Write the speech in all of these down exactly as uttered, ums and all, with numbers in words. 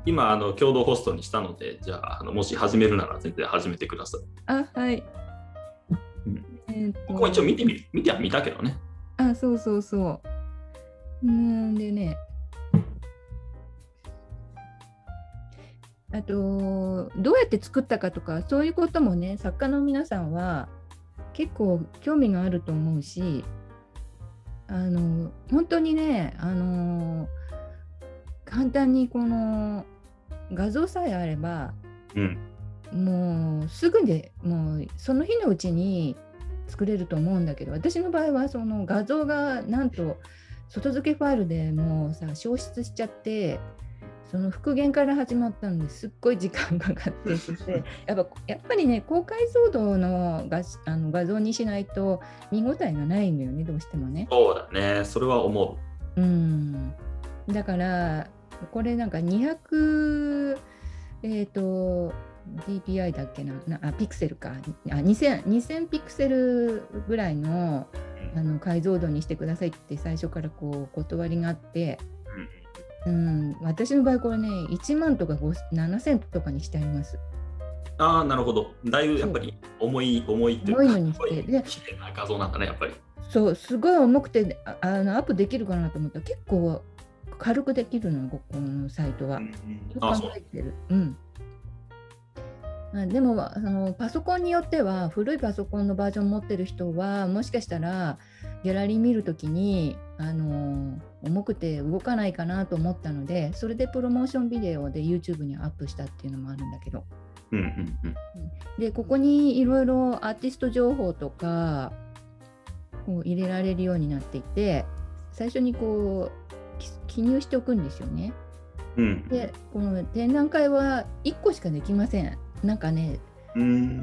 今あの共同ホストにしたので、じゃあ、あのもし始めるなら全然始めてください。 あ、はい。 うん、 えー、とここ一応見てみる、見ては見たけどね。 あ、そうそうそう。んでね、あと、どうやって作ったかとか、そういうこともね、作家の皆さんは結構興味があると思うし、あの本当にね、あの簡単にこの画像さえあれば、 うん、 もうすぐでもうその日のうちに作れると思うんだけど、私の場合はその画像がなんと外付けファイルでもうさ消失しちゃって、その復元から始まったんですっごい時間がかかっててやっぱやっぱりね、高解像度の画あの画像にしないと見応えがないのよね、どうしてもね。 そうだね、それは思う。うんだからこれなんかにひゃくえっ、ー、と ディーピーアイ だっけな、なあピクセルかあ にせん, にせんピクセルぐらいの、あの解像度にしてくださいって最初からこう断りがあって、うん、私の場合これねいちまんとかななせんとかにしてあります。 ああ、なるほど。だいぶやっぱり重い、重いというか、 重いのにして、で、 綺麗な画像なんだね、やっぱり。 そう、すごい重くて、ああのアップできるかなと思ったら、結構軽くできるの、ここのサイトは。 うんうん、 そう考えてる。うん。あでもあのパソコンによっては、古いパソコンのバージョン持ってる人は、もしかしたらギャラリー見るときにあの重くて動かないかなと思ったので、それでプロモーションビデオで YouTube にアップしたっていうのもあるんだけど、 うんうんうん、 でここにいろいろアーティスト情報とかこう入れられるようになっていて、最初にこう記入しておくんですよね。 うん、 でこの展覧会はいっこしかできません。なんかね、 うん、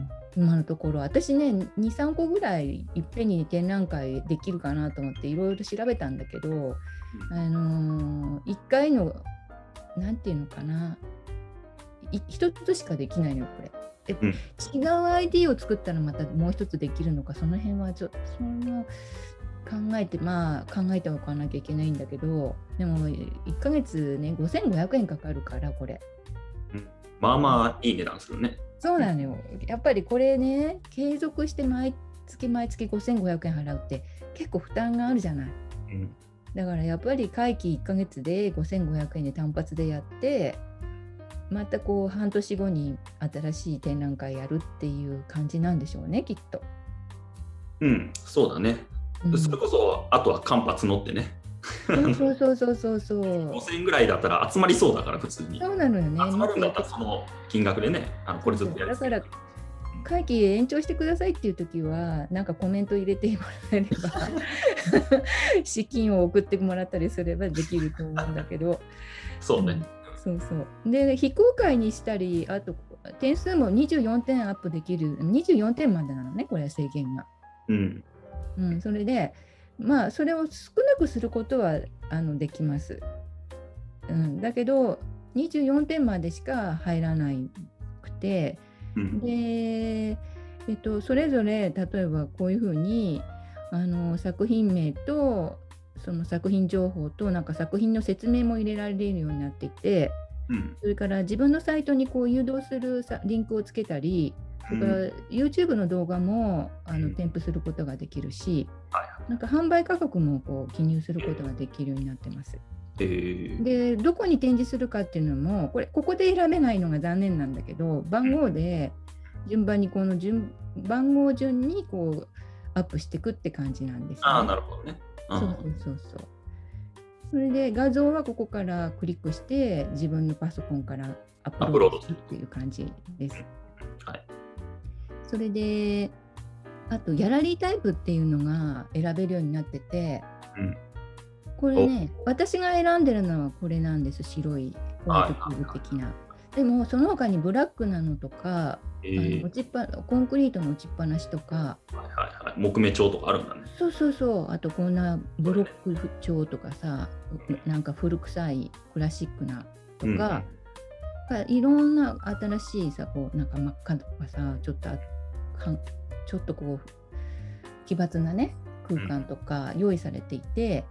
今のところ私ねにさんこぐらいいっぺんに展覧会できるかなと思っていろいろ調べたんだけど、うん、あのー、いっかいのなんていうのかな、ひとつしかできないのよこれ。で、うん、違う アイディー を作ったらまたもう一つできるのか、その辺はちょっとその考えてまあ考えておかなきゃいけないんだけど、でもいっかげつねごせんごひゃくえんかかるからこれ、 うん、まあまあいい値段するね。 そうなのよ。やっぱりこれね継続して毎月毎月ごせんごひゃくえん払うって結構負担があるじゃない、うん、だからやっぱり会期いっかげつでごせんごひゃくえんで単発でやって、またこう半年後に新しい展覧会やるっていう感じなんでしょうね、きっと。 うん、そうだね。うん、それこそあとは間髪乗ってね。 そうそうそうそうそう。 ごせんえんぐらいだったら集まりそうだから普通に。 そうなのよね。 集まるんだったらその金額でね、あのこれずっとやる。 だから会期延長してくださいっていう時はなんかコメント入れてもらえれば資金を送ってもらったりすればできると思うんだけど。 そうね。 うん、そうそう。で非公開にしたり、あと点数もにじゅうよんてんアップできる、にじゅうよんてんまでなのね、これは制限が。 うんうん、それでまあそれを少なくすることはあのできます。うん、だけどにじゅうよんてんまでしか入らなくて、うん、で、えっと、それぞれ例えばこういうふうにあの作品名とその作品情報となんか作品の説明も入れられるようになっていて、うん、それから自分のサイトにこう誘導するさリンクをつけたり、それから YouTube の動画もあの添付することができるし、なんか販売価格もこう記入することができるようになってます。えー、でどこに展示するかっていうのもこれここで選べないのが残念なんだけど、番号で順番にこの順番号順にこうアップしていくって感じなんですね。 ああ、なるほどね。 そうそうそうそう。それで画像はここからクリックして自分のパソコンからアップロードするっていう感じです。 はい。 それであとギャラリータイプっていうのが選べるようになってて、うん、これね私が選んでるのはこれなんです。白いホワイトキューブ的な。でもその他にブラックなのとか、えー、あの落ちっぱコンクリートの打ちっぱなしとか、 はいはいはい、木目調とかあるんだね。 そうそうそう。あとこんなブロック調とかさ、なんか古臭いクラシックなとか、うん、いろんな新しいさ、こうなんか真っ赤とかさ、ちょっとちょっとこう奇抜なね空間とか用意されていて、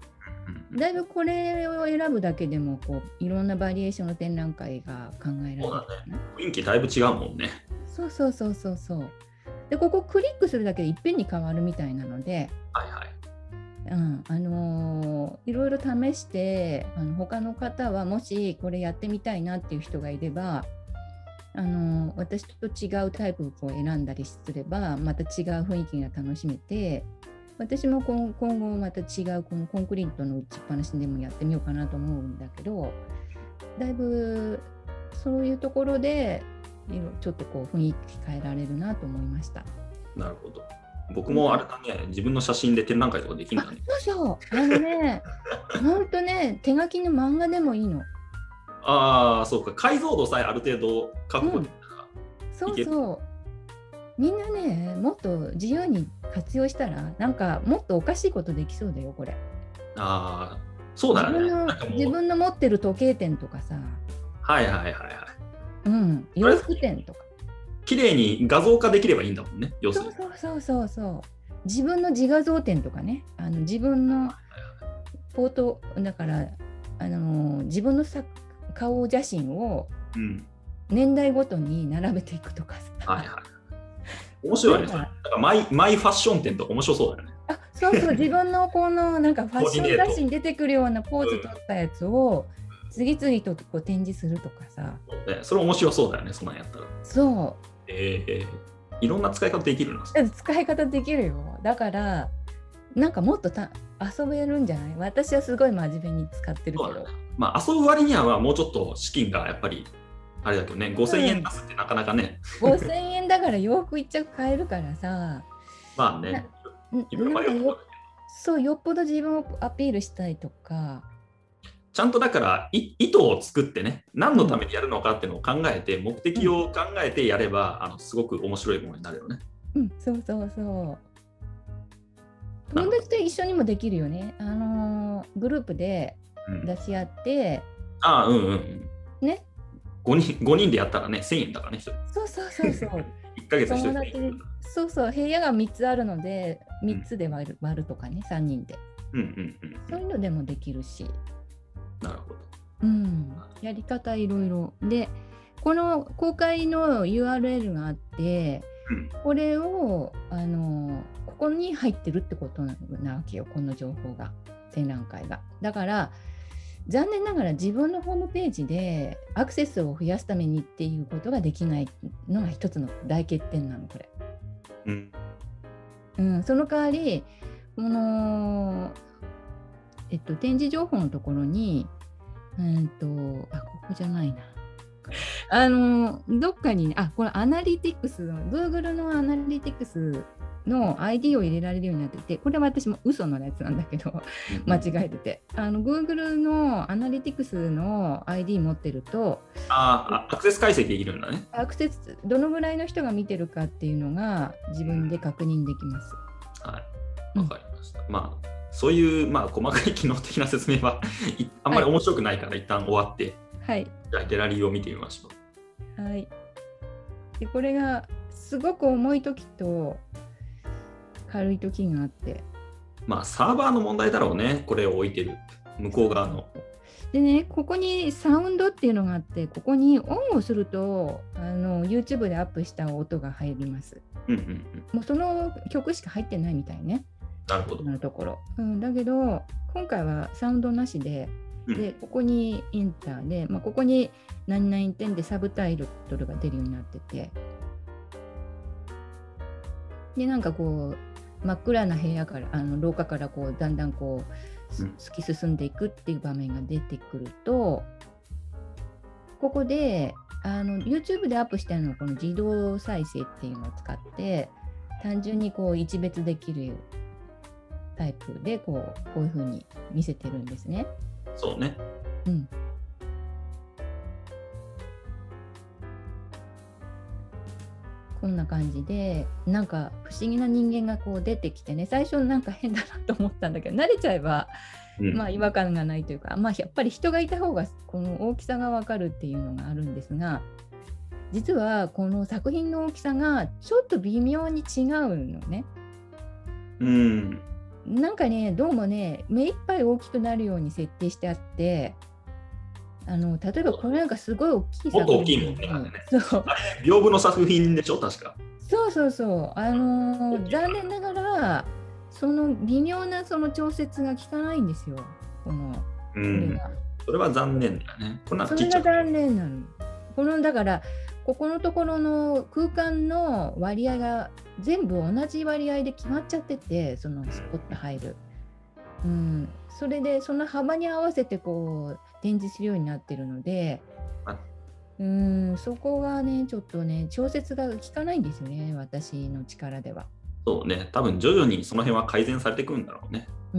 だいぶこれを選ぶだけでもこういろんなバリエーションの展覧会が考えられる。 そうだね。雰囲気だいぶ違うもんね。 そうそうそうそうそう。でここクリックするだけでいっぺんに変わるみたいなので、 はいはい。 うんあのー、いろいろ試してあの他の方はもしこれやってみたいなっていう人がいれば、あのー、私と違うタイプを選んだりすればまた違う雰囲気が楽しめて、私も今後また違うこのコンクリートの打ちっぱなしでもやってみようかなと思うんだけど、だいぶそういうところでちょっとこう雰囲気変えられるなと思いました。 なるほど。僕もあれだね、自分の写真で展覧会とかできるんだね。 そうそう、あのね、ほんとね、手書きの漫画でもいいの。 ああ、そうか、解像度さえある程度確保できたら、 うん、そうそう。みんなね、もっと自由に活用したら、なんかもっとおかしいことできそうだよ、これ。 ああ、そうだね。 自分の、自分の持ってる時計店とかさ。 はいはいはいはい。 うん、洋服店とか。 綺麗に画像化できればいいんだもんね、要するに。 そうそうそうそう。自分の自画像展とかね、あの自分のポートだからあの自分のさ顔写真を年代ごとに並べていくとかさ、 はいはい、面白いね。なんかマイマイファッション展とか面白そうだよね。 あ、そうそう、自分のこのなんかファッション雑誌に出てくるようなポーズ取ったやつを次々とこう展示するとかさ、 そうね、それ面白そうだよね、そんなんやったら。 そう。 えー、いろんな使い方できるな。 使い方できるよ。だからなんかもっとた遊べるんじゃない？私はすごい真面目に使ってるけど、ね、 まあ遊ぶ割にはもうちょっと資金がやっぱりあれだけどね、ごせんえん出すってなかなかね、 うん、ごせんえんだから洋服一着買えるからさ、 まあね、 そうよっぽど自分をアピールしたいとか、 ちゃんとだから意図を作ってね、何のためにやるのかっていうのを考えて、うん、目的を考えてやれば、あのすごく面白いものになるよね。 うん、そうそうそう。友達と一緒にもできるよね。あのー、グループで出し合って、 うん、ああ、うんうん。 ね。 ごにん、ごにんでやったらね、せんえんだからね、ひとり。 そうそうそうそう。 いっかげつひとり。 そうそう、部屋がみっつあるので、みっつで割る、うん、割るとかね、さんにんで。 うんうんうん。 そういうのでもできるし。 なるほど。 うん、やり方いろいろ。で、この公開の ユーアールエル があって、うん、これをあのここに入ってるってことなわけよ、この情報が、展覧会が。だから残念ながら自分のホームページでアクセスを増やすためにっていうことができないのが一つの大欠点なの、これ。 うんうん、その代わりこの、えっと、展示情報のところに、うんとあここじゃないな。あのどっかに、ね、あこれアナリティクスの Google のアナリティクスの アイディー を入れられるようになってて、これは私も嘘のやつなんだけど間違えてて、あの Google のアナリティクスの アイディー 持ってると、 あアクセス解析できるんだね。 アクセスどのぐらいの人が見てるかっていうのが自分で確認できます。 はい、わかりました。うん、まあそういう、まあ、細かい機能的な説明はあんまり面白くないから、はい、一旦終わって、 はい、 じゃあギャラリーを見てみましょう。はい。でこれがすごく重い時と軽い時があって。 まあサーバーの問題だろうね、これを置いてる向こう側の。 でね、ここにサウンドっていうのがあって、ここにオンをするとあの YouTube でアップした音が入ります。 うんうんうん、 もうその曲しか入ってないみたいね。 なるほど。 のところ、うん、だけど今回はサウンドなしで、うん、でここにエンターで、まあ、ここに何々点でサブタイトルが出るようになってて、でなんかこう真っ暗な部屋からあの廊下からこうだんだんこう、うん、突き進んでいくっていう場面が出てくると、ここであの YouTube でアップしてるのはこの自動再生っていうのを使って単純にこう一別できるタイプでこうこういう風に見せてるんですね。 そうね。 うん。こんな感じで、なんか不思議な人間がこう出てきてね、最初なんか変だなと思ったんだけど、慣れちゃえば、うん、まあ違和感がないというか、まあやっぱり人がいた方がこの大きさがわかるっていうのがあるんですが、実はこの作品の大きさがちょっと微妙に違うのね。 うん。 なんかね、どうもね、目いっぱい大きくなるように設定してあって、あの例えばこれなんかすごい大きい作品。もっと大きいもんね。あれねそう。 あれ、屏風の作品でしょ、確か。 そうそうそう。あのー、残念ながら、その微妙なその調節が効かないんですよ。この、 うん、これそれは残念だね。こんなそれが残念なの。このだから、ここのところの空間の割合が全部同じ割合で決まっちゃってて、そのスポット入る。うん、それでその幅に合わせてこう展示するようになってるので、うん、そこがねちょっとね調節が効かないんですよね、私の力では。 そうね、多分徐々にその辺は改善されてくるんだろうね。 うん、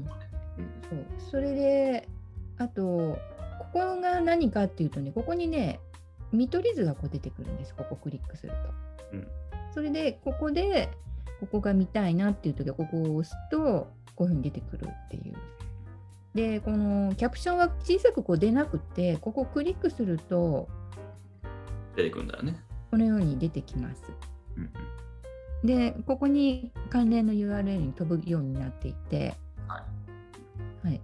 そう。それであとここが何かっていうとね、ここにね見取り図がこう出てくるんです。ここクリックすると、うん、それでここでここが見たいなっていう時はここを押すとこういうふうに出てくるっていう。でこのキャプションは小さくこう出なくて、ここをクリックすると出てくるんだよね。 このように出てきます、 うんうん、でここに関連の ユーアールエル に飛ぶようになっていて、はいはい、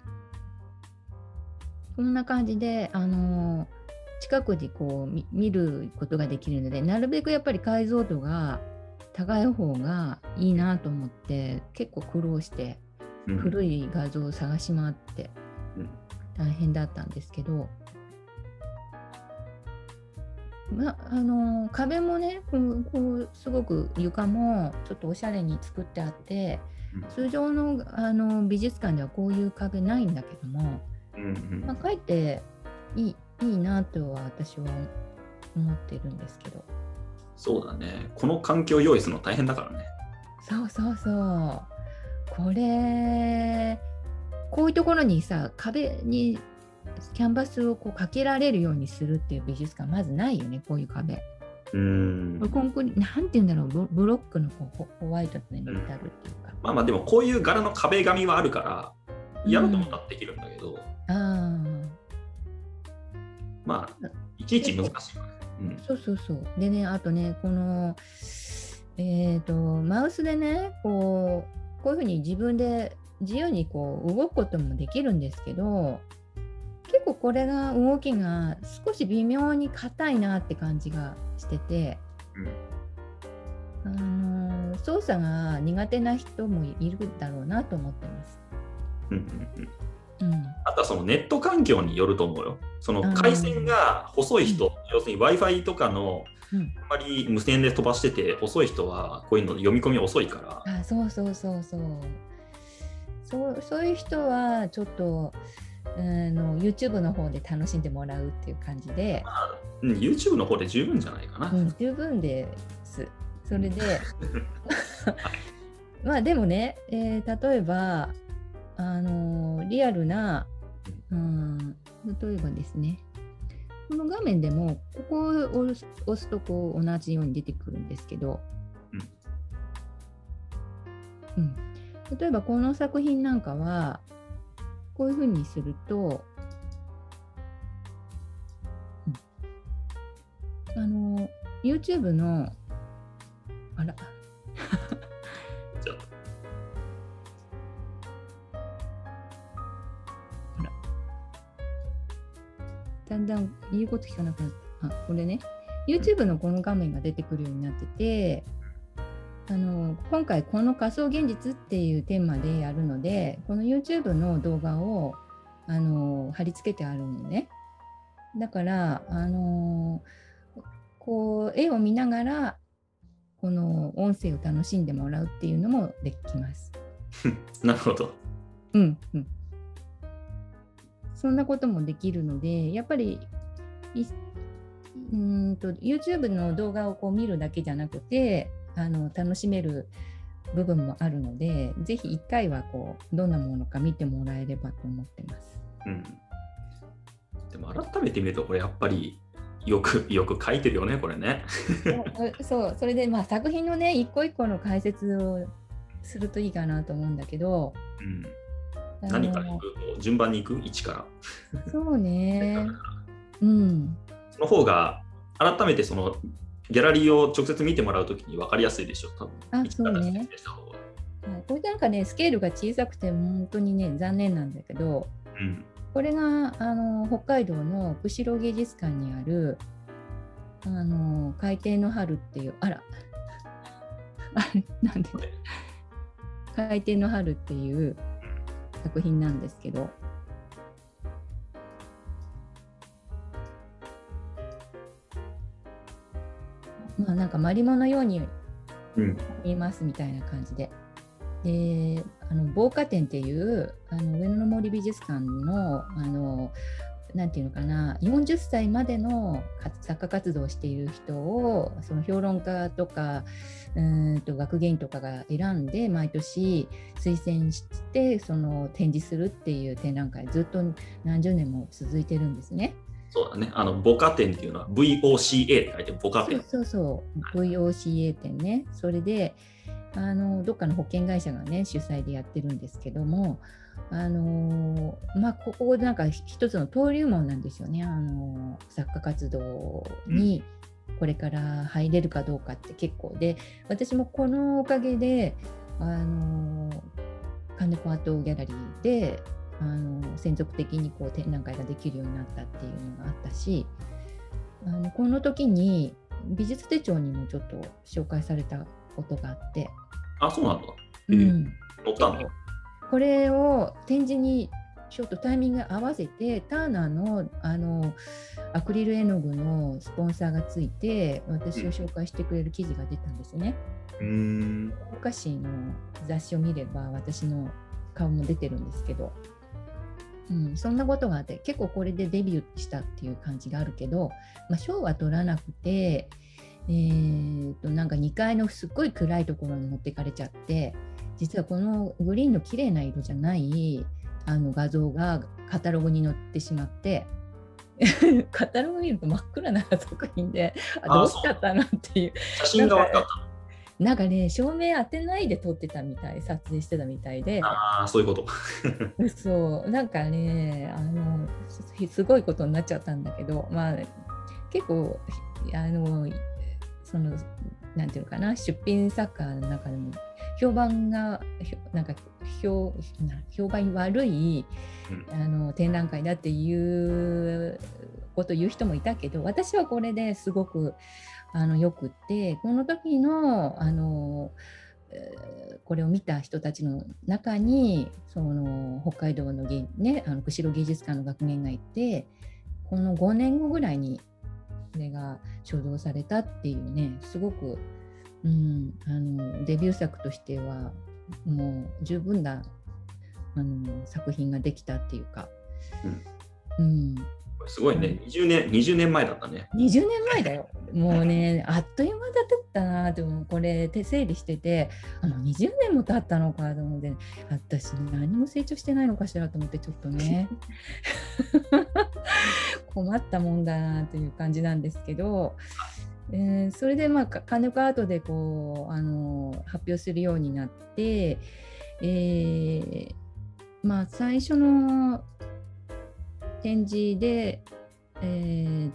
こんな感じで、あのー、近くでこう 見, 見ることができるので、なるべくやっぱり解像度が高い方がいいなと思って結構苦労して古い画像を探し回って大変だったんですけど、まあのー、壁もねこうこうすごく床もちょっとおしゃれに作ってあって、通常 の, あの美術館ではこういう壁ないんだけども、うんうんまあ、かえってい い, いいなとは私は思ってるんですけど。 そうだね、この環境を用意するの大変だからね。 そうそうそう、これこういうところにさ、壁にキャンバスをこうかけられるようにするっていう美術館まずないよね、こういう壁。 うーんコンクリなんていうんだろう、ブロックのこうホワイトで塗ってあるっていうか、 うん、まあまあでもこういう柄の壁紙はあるからやろうと思ったらできるんだけど、うん、あまあいちいち難しいよね、うん、 そうそうそう。でね、あとねこのえーとマウスでねこうこういうふうに自分で自由にこう動くこともできるんですけど、結構これが動きが少し微妙に硬いなって感じがしてて、うん、あの操作が苦手な人もいるだろうなと思ってます。 うんうんうん、あとはそのネット環境によると思うよ。その回線が細い人、うん、要するに Wi-Fi とかの、うん、あんまり無線で飛ばしてて遅い人はこういうの読み込み遅いから。 あ、そうそうそうそう。そう、そういう人はちょっとあの YouTube の方で楽しんでもらうっていう感じで、 まあうん、YouTube の方で十分じゃないかな、 うん、十分です。それでまあでもね、えー、例えばあのリアルな、うん、例えばですね、この画面でもここを押す、押すとこう同じように出てくるんですけど、うんうん、例えばこの作品なんかはこういうふうにすると、うん、あの YouTube のあらだんだん言うこと聞かなくなって、あ、これね YouTube のこの画面が出てくるようになってて、あの今回この仮想現実っていうテーマでやるので、この YouTube の動画をあの貼り付けてあるのね。だからあのこう絵を見ながらこの音声を楽しんでもらうっていうのもできます。 なるほど。 うんうん。そんなこともできるので、やっぱりうんと YouTube の動画をこう見るだけじゃなくて、あの楽しめる部分もあるので、ぜひいっかいはこうどんなものか見てもらえればと思ってます。 うん、でも改めて見るとこれやっぱりよくよく書いてるよね、これね。 そう、それでまあ作品のね一個一個の解説をするといいかなと思うんだけど、 うん、何からいく？順番にいく？いちから。 そうね。うん。 その方が改めてそのギャラリーを直接見てもらうときに分かりやすいでしょ、多分。 あ、そうね。 これなんかねスケールが小さくて本当にね残念なんだけど、うん、これがあの北海道の釧路芸術館にあるあの海底の春っていうあらあれなんで海底の春っていう作品なんですけど、まあなんかマリモのように見えますみたいな感じで、うん、であの防火展っていうあの上野の森美術館のあのなんていうのかなよんじゅっさいまでの作家活動をしている人をその評論家とかうんと学芸員とかが選んで毎年推薦してその展示するっていう展覧会ずっと何十年も続いてるんですね。 そうだね、あのボカ展っていうのは ブイオーシーエー って書いてボカ展。 そうそうそう ブイオーシーエー 展ね。それであのどっかの保険会社がね主催でやってるんですけども、あのまあここなんか一つの登竜門なんですよね。あの作家活動にこれから入れるかどうかって結構で、私もこのおかげであの金子アートギャラリーであの専属的にこう展覧会ができるようになったっていうのがあったし、あのこの時に美術手帳にもちょっと紹介されたことがあって。 あ、そうなんだ。うん、載ったの？ これを展示にちょっとタイミング合わせてターナーの、あのアクリル絵の具のスポンサーがついて私を紹介してくれる記事が出たんですね。うーん、お菓子の雑誌を見れば私の顔も出てるんですけど、うん、そんなことがあって結構これでデビューしたっていう感じがあるけど、まあ、賞は取らなくて、えー、となんかにかいのすっごい暗いところに持ってかれちゃって、実はこのグリーンの綺麗な色じゃないあの画像がカタログに載ってしまってカタログ見ると真っ暗な作品で、あどうしちゃったのっていう。 写真が悪かった。 なんかね、照明当てないで撮ってたみたい、撮影してたみたいで。 ああ、そういうこと。 そう、なんかね、あのすごいことになっちゃったんだけど、まあ結構あのそのなんていうのかな、出品作家の中でも評判がなんか 評, 評判悪い、うん、あの展覧会だっていうことを言う人もいたけど、私はこれですごくあのよくって、この時のあのこれを見た人たちの中にその北海道の、ね、あの釧路芸術館の学芸がいて、このごねんごぐらいにこれが所蔵されたっていうね、すごく、うん、あのデビュー作としてはもう十分なあの作品ができたっていうか、 うんうん、すごいね、にじゅうねん、にじゅうねんまえだったね。 にじゅうねんまえだよ。もうね、あっという間だったなって、これ手整理してて、あのにじゅうねんも経ったのかと思って、私何も成長してないのかしらと思って、ちょっとね困ったもんだなという感じなんですけど、えー、それでまあ金子アートでこうあの発表するようになって、えー、まあ最初の展示で、えー、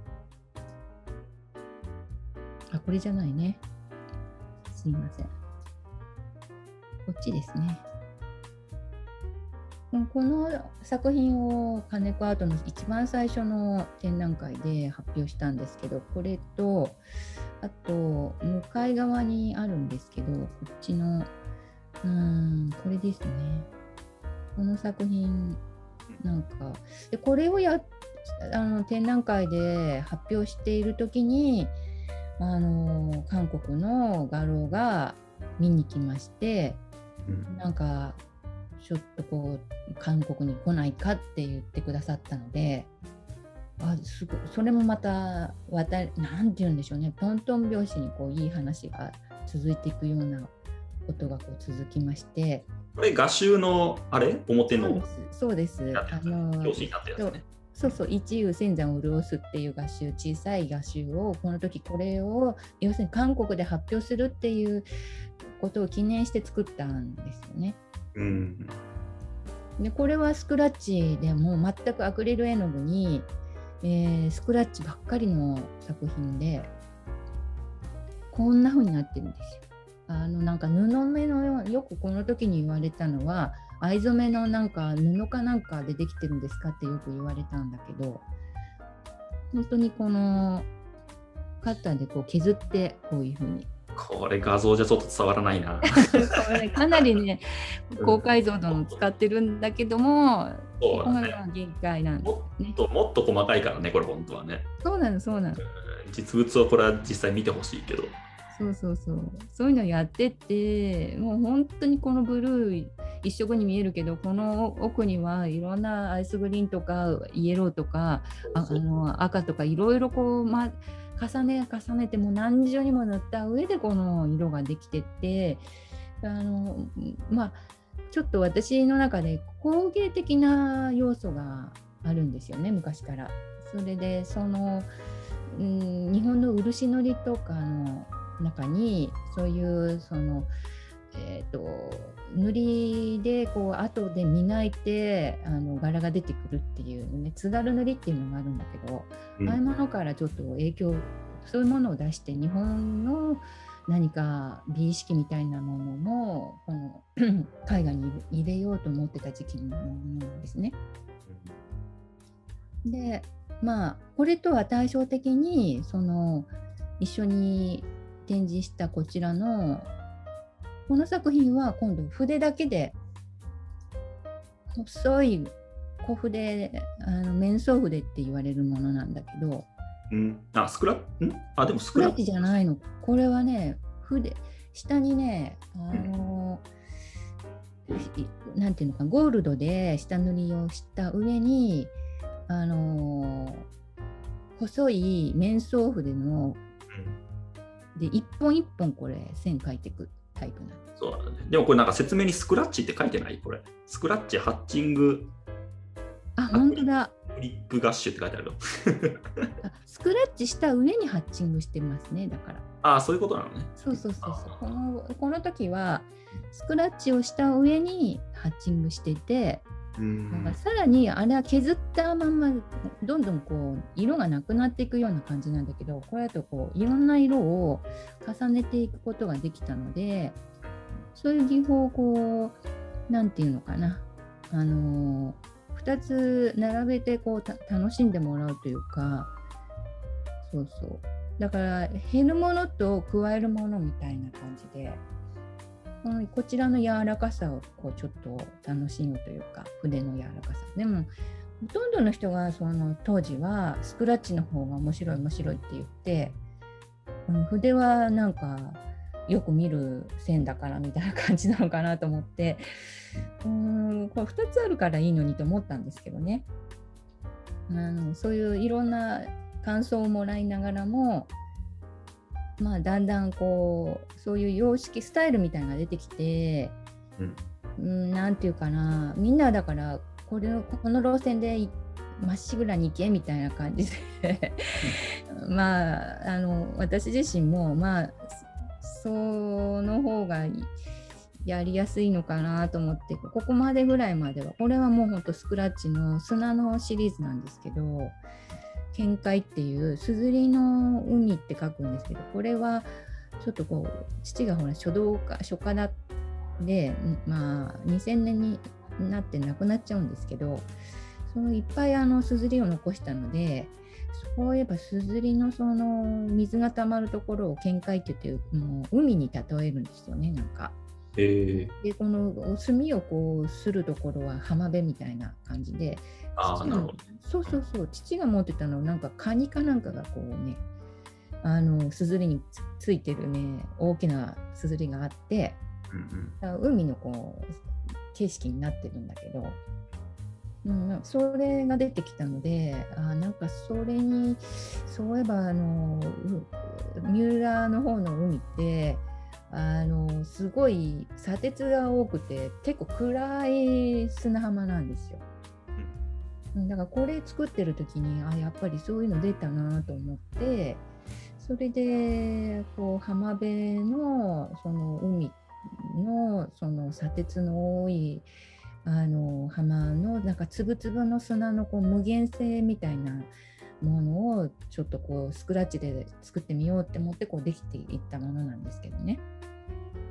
あ、これじゃないね。すいません。こっちですね。この作品を金子アートの一番最初の展覧会で発表したんですけど、これと、あと向かい側にあるんですけど、こっちの、うーん、これですね。この作品、なんか、でこれをやあの展覧会で発表しているときに、あの韓国の画廊が見に来まして、うん、なんかちょっとこう韓国に来ないかって言ってくださったので、あすごいそれもまたわたなんて言うんでしょうね、トントン拍子にこういい話が続いていくようなことがこう続きまして。 これ画集のあれ表のそうです。 あの表紙になったやつね。 そうそう、一遊千山を潤すっていう画集、小さい画集をこの時これを要するに韓国で発表するっていうことを記念して作ったんですよね。うん、でこれはスクラッチでも全くアクリル絵の具に、えー、スクラッチばっかりの作品でこんな風になってるんですよ。 あのなんか布目のよくこの時に言われたのは藍染めのなんか布かなんかでできてるんですかってよく言われたんだけど、本当にこのカッターでこう削ってこういう風に。 これ画像じゃちょっと伝わらないな。 これかなりね高解像度の使ってるんだけども、 そうだね、 ここが限界なんですね。 もっともっと細かいからねこれ本当はね。 そうなのそうなの。 実物をこれは実際見てほしいけど。 そうそうそう。そういうのやってて、もう本当にこのブルー一色に見えるけど、この奥にはいろんなアイスグリーンとかイエローとかああの赤とかいろいろこう、ま、重ね重ねても何重にも塗った上でこの色ができてって、あのまあちょっと私の中で工芸的な要素があるんですよね、昔から。それでその、うん、日本の漆のりとかの中にそういうその、えー、と塗りでこう後で磨いてあの柄が出てくるっていうね、津軽塗りっていうのがあるんだけど、うん、ああいうものからちょっと影響、そういうものを出して日本の何か美意識みたいなものもこの絵画に入れようと思ってた時期のものなんですね。でまあこれとは対照的にその一緒に展示したこちらのこの作品は今度筆だけで細い小筆、あの面相筆って言われるものなんだけど、 うん、あスクラッチんあでもスクラッチじゃないの。これはね筆下にねあの、うん、なんていうのかゴールドで下塗りをした上にあの細い面相筆ので一本一本これ線描いていくタイプなんです。 そうだね。でもこれなんか説明にスクラッチって書いてない？これスクラッチハッチング、 あ本当だ、 フリップガッシュって書いてあるよスクラッチした上にハッチングしてますね。だからああそういうことなのね。 そうそうそうそう。このこの時はスクラッチをした上にハッチングしてて、なんかさらにあれは削ったままどんどんこう色がなくなっていくような感じなんだけど、これだとこういろんな色を重ねていくことができたので、そういう技法をこうなんていうのかな、あのー、ふたつ並べてこうた楽しんでもらうというか、そうそうだから減るものと加えるものみたいな感じで、こちらの柔らかさをこうちょっと楽しむというか、筆の柔らかさ。でもほとんどの人がその当時はスクラッチの方が面白い面白いって言って、うん、筆はなんかよく見る線だからみたいな感じなのかなと思って、うーんこれふたつあるからいいのにと思ったんですけどね。あのそういういろんな感想をもらいながらも、まあ、だんだんこうそういう様式スタイルみたいなのが出てきて、うん、なんていうかな、みんなだからこれこの路線でまっしぐらに行けみたいな感じでまああの私自身もまあその方がやりやすいのかなと思って、ここまでぐらいまではこれはもうほんとスクラッチの砂のシリーズなんですけど、見解っていうすずりの海って書くんですけど、これはちょっとこう父がほら書道家書家だで、まあにせんねんになって亡くなっちゃうんですけど、そのいっぱいあのすずりを残したので、そういえばすずりのその水がたまるところを見解って言ってもう海に例えるんですよね、なんか。 えー、 でこの墨をこうするところは浜辺みたいな感じで、 あなるほど、 そうそうそう、父が持ってたのなんかカニかなんかがこうね、あのすずりに つ, ついてるね大きなすずりがあって、うんうん、海のこう景色になってるんだけど、うん、それが出てきたので、あなんかそれにそういえばあの三浦の方の海ってあのすごい砂鉄が多くて結構暗い砂浜なんですよ。だからこれ作ってる時にあやっぱりそういうの出たなと思って、それでこう浜辺のその海のその砂鉄の多いあの浜のなんかつぶつぶの砂のこう無限性みたいなものをちょっとこうスクラッチで作ってみようって思ってこうできていったものなんですけどね。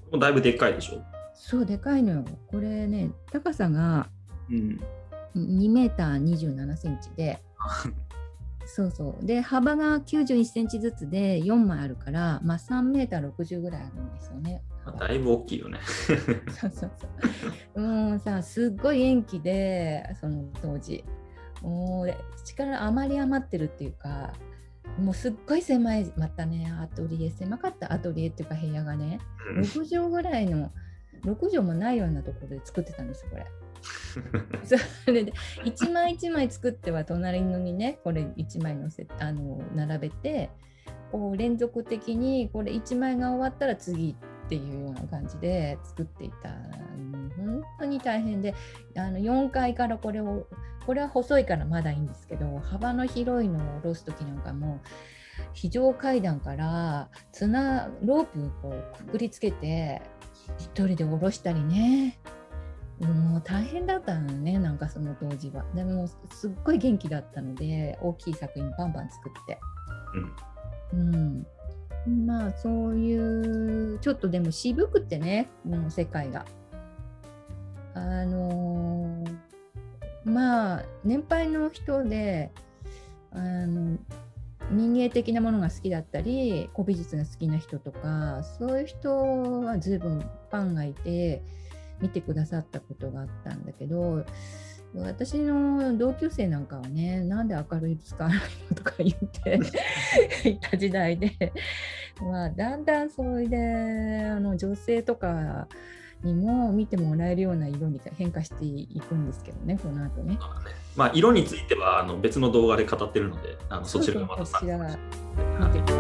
もうだいぶでっかいでしょ。 そう、でかいのよ。これね、高さがにメーターにじゅうななセンチで、そうそう。で、幅がきゅうじゅういっセンチずつでよんまいあるから、まあ、さんメーターろくじゅうぐらいあるんですよね。 だいぶ大きいよね。 そうそうそう。もうさ、すっごい元気で、その当時。もう力あまり余ってるっていうか、もうすっごい狭い、またね、アトリエ、狭かったアトリエっていうか部屋がね、ろく畳ぐらいの、ろく畳もないようなところで作ってたんですよ、これ。それで一枚一枚作っては隣のにね、これいちまいのせあの並べて、こう連続的にこれいちまいが終わったら次っていうような感じで作っていた。本当に大変で、あのよんかいからこれを、これは細いからまだいいんですけど、幅の広いのを下ろすときなんかも非常階段から綱ロープをこうくくりつけて一人で下ろしたりね。もう大変だったのね、なんかその当時は。でもすっごい元気だったので、大きい作品バンバン作って、うん、うん、まあそういうちょっとでも渋くてね、もう世界があのー、まあ年配の人であの民芸的なものが好きだったり古美術が好きな人とか、そういう人は随分ファンがいて見てくださったことがあったんだけど、私の同級生なんかはね、なんで明るい使わないのとか言っていた時代で、まあ、だんだんそれであの女性とかにも見てもらえるような色に変化していくんですけどね、この後ね。 まあ、色についてはあの別の動画で語ってるので、あのそちらがまた参考にしてください。